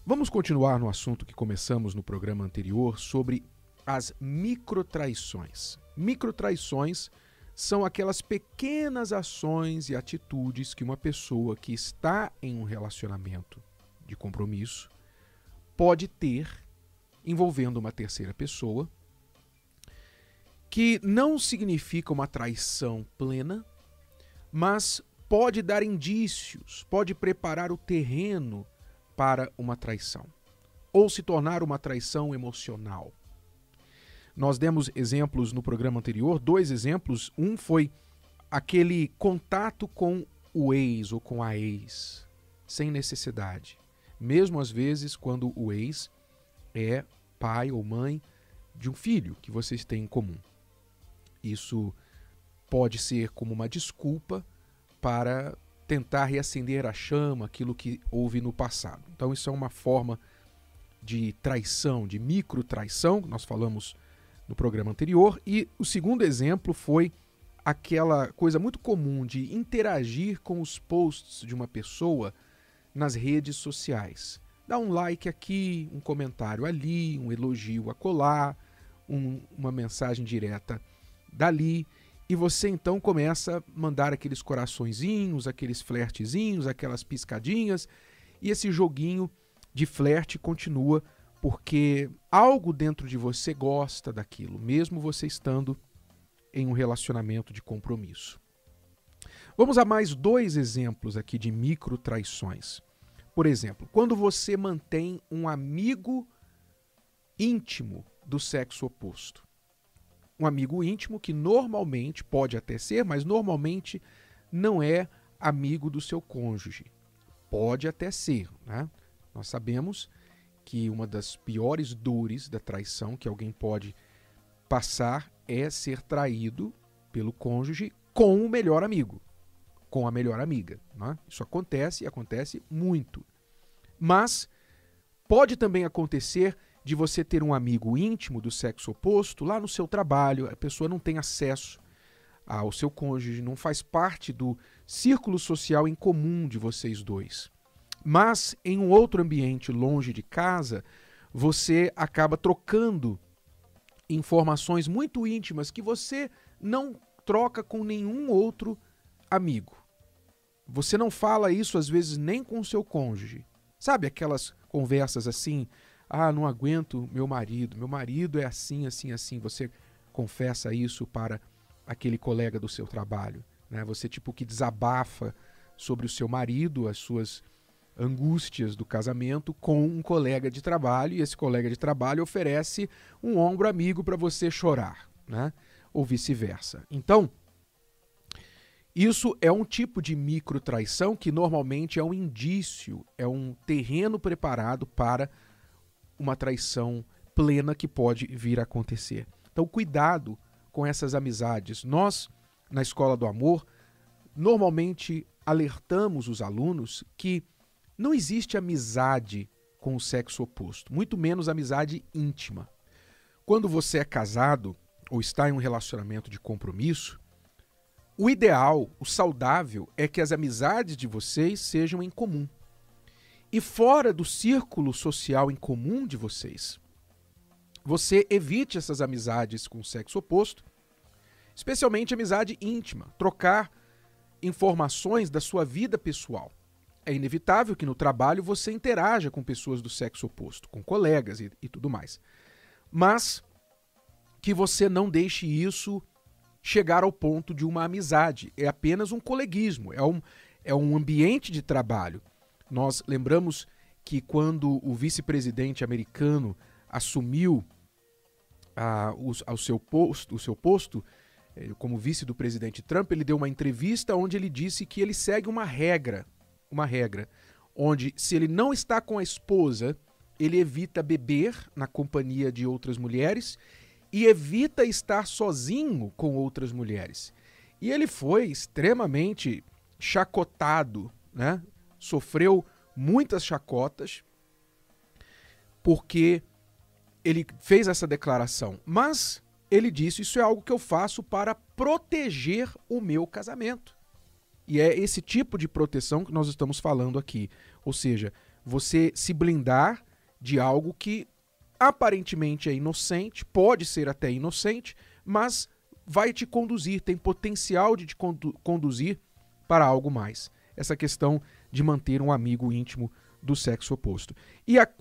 Vamos continuar no assunto que começamos no programa anterior sobre as microtraições. Microtraições são aquelas pequenas ações e atitudes que uma pessoa que está em um relacionamento de compromisso pode ter envolvendo uma terceira pessoa, que não significa uma traição plena, mas pode dar indícios, pode preparar o terreno para uma traição, ou se tornar uma traição emocional. Nós demos exemplos no programa anterior, 2 exemplos. Um foi aquele contato com o ex ou com a ex, sem necessidade. Mesmo às vezes quando o ex é pai ou mãe de um filho que vocês têm em comum. Isso pode ser como uma desculpa para tentar reacender a chama, aquilo que houve no passado. Então isso é uma forma de traição, de microtraição, que nós falamos no programa anterior. E o segundo exemplo foi aquela coisa muito comum de interagir com os posts de uma pessoa nas redes sociais. Dá um like aqui, um comentário ali, um elogio acolá, uma mensagem direta dali. E você então começa a mandar aqueles coraçõezinhos, aqueles flertezinhos, aquelas piscadinhas, e esse joguinho de flerte continua porque algo dentro de você gosta daquilo, mesmo você estando em um relacionamento de compromisso. Vamos a mais 2 exemplos aqui de microtraições. Por exemplo, quando você mantém um amigo íntimo do sexo oposto. Um amigo íntimo que normalmente, pode até ser, mas normalmente não é amigo do seu cônjuge. Pode até ser, né? Nós sabemos que uma das piores dores da traição que alguém pode passar é ser traído pelo cônjuge com o melhor amigo, com a melhor amiga, né? Isso acontece e acontece muito. Mas pode também acontecer de você ter um amigo íntimo do sexo oposto lá no seu trabalho, a pessoa não tem acesso ao seu cônjuge, não faz parte do círculo social em comum de vocês dois. Mas em um outro ambiente longe de casa, você acaba trocando informações muito íntimas que você não troca com nenhum outro amigo. Você não fala isso às vezes nem com o seu cônjuge. Sabe aquelas conversas assim: ah, não aguento meu marido é assim, assim, assim. Você confessa isso para aquele colega do seu trabalho, né? Você tipo que desabafa sobre o seu marido, as suas angústias do casamento com um colega de trabalho, e esse colega de trabalho oferece um ombro amigo para você chorar, né? Ou vice-versa. Então, isso é um tipo de microtraição que normalmente é um indício, é um terreno preparado para uma traição plena que pode vir a acontecer. Então, cuidado com essas amizades. Nós, na Escola do Amor, normalmente alertamos os alunos que não existe amizade com o sexo oposto, muito menos amizade íntima. Quando você é casado ou está em um relacionamento de compromisso, o ideal, o saudável, é que as amizades de vocês sejam em comum. E fora do círculo social em comum de vocês, você evite essas amizades com o sexo oposto, especialmente amizade íntima, trocar informações da sua vida pessoal. É inevitável que no trabalho você interaja com pessoas do sexo oposto, com colegas e tudo mais. Mas que você não deixe isso chegar ao ponto de uma amizade. É apenas um coleguismo, é um ambiente de trabalho. Nós lembramos que quando o vice-presidente americano assumiu o seu posto como vice do presidente Trump, ele deu uma entrevista onde ele disse que ele segue uma regra, onde se ele não está com a esposa, ele evita beber na companhia de outras mulheres e evita estar sozinho com outras mulheres. E ele foi extremamente chacotado, né? Sofreu muitas chacotas porque ele fez essa declaração. Mas ele disse: isso é algo que eu faço para proteger o meu casamento. E é esse tipo de proteção que nós estamos falando aqui. Ou seja, você se blindar de algo que aparentemente é inocente, pode ser até inocente, mas vai te conduzir, tem potencial de te conduzir para algo mais. Essa questão de manter um amigo íntimo do sexo oposto. E o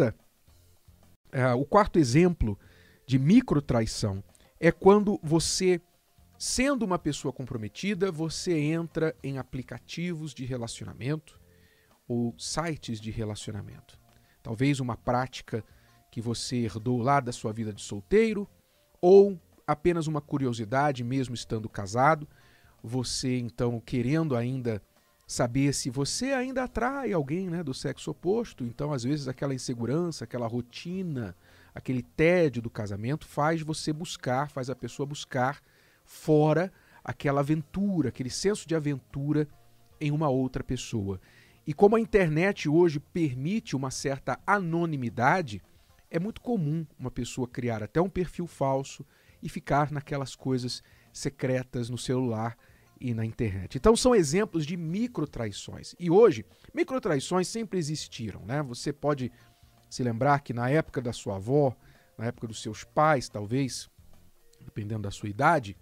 quarto exemplo de microtraição é quando você, sendo uma pessoa comprometida, você entra em aplicativos de relacionamento ou sites de relacionamento. Talvez uma prática que você herdou lá da sua vida de solteiro, ou apenas uma curiosidade, mesmo estando casado, você então querendo ainda saber se você ainda atrai alguém, né, do sexo oposto. Então, às vezes, aquela insegurança, aquela rotina, aquele tédio do casamento faz a pessoa buscar fora aquela aventura, aquele senso de aventura em uma outra pessoa. E como a internet hoje permite uma certa anonimidade, é muito comum uma pessoa criar até um perfil falso e ficar naquelas coisas secretas no celular e na internet. Então são exemplos de microtraições. E hoje, microtraições sempre existiram, né? Você pode se lembrar que na época da sua avó, na época dos seus pais, talvez, dependendo da sua idade,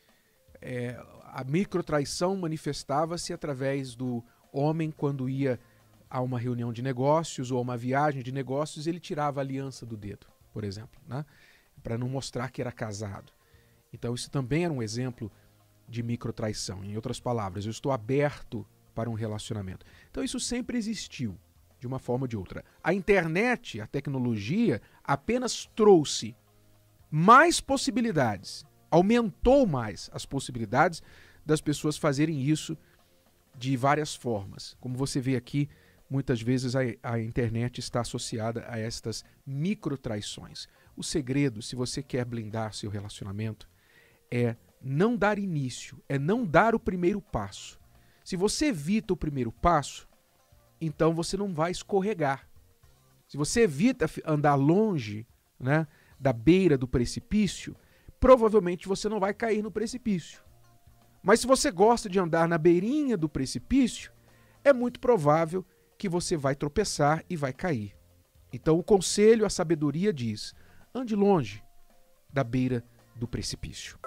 a microtraição manifestava-se através do homem quando ia a uma reunião de negócios ou a uma viagem de negócios, ele tirava a aliança do dedo, por exemplo, né? Para não mostrar que era casado. Então isso também era um exemplo de microtraição. Em outras palavras, eu estou aberto para um relacionamento. Então isso sempre existiu, de uma forma ou de outra. A internet, a tecnologia, apenas trouxe mais possibilidades, aumentou mais as possibilidades das pessoas fazerem isso de várias formas. Como você vê aqui, muitas vezes a internet está associada a estas microtraições. O segredo, se você quer blindar seu relacionamento, é não dar início, é não dar o primeiro passo. Se você evita o primeiro passo, então você não vai escorregar. Se você evita andar longe, né, da beira do precipício, provavelmente você não vai cair no precipício. Mas se você gosta de andar na beirinha do precipício, é muito provável que você vai tropeçar e vai cair. Então o conselho, a sabedoria diz: ande longe da beira do precipício.